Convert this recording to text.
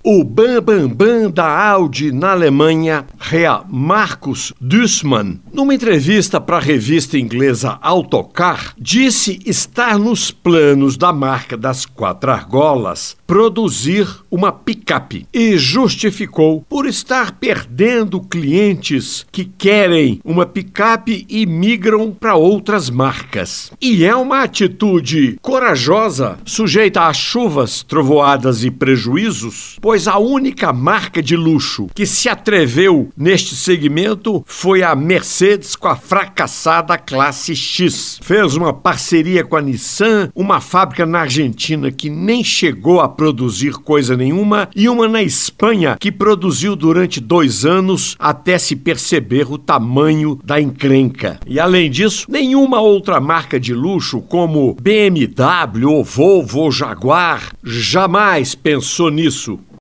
O bambambam da Audi na Alemanha, Herr Markus Duesmann, numa entrevista para a revista inglesa Autocar, disse estar nos planos da marca das quatro argolas produzir uma picape e justificou por estar perdendo clientes que querem uma picape e migram para outras marcas. E é uma atitude corajosa, sujeita a chuvas, trovoadas e prejuízos, pois a única marca de luxo que se atreveu neste segmento foi a Mercedes com a fracassada Classe X. Fez uma parceria com a Nissan, uma fábrica na Argentina que nem chegou a produzir coisa nenhuma e uma na Espanha que produziu durante 2 anos até se perceber o tamanho da encrenca. E além disso, nenhuma outra marca de luxo como BMW ou Volvo ou Jaguar jamais pensou nisso.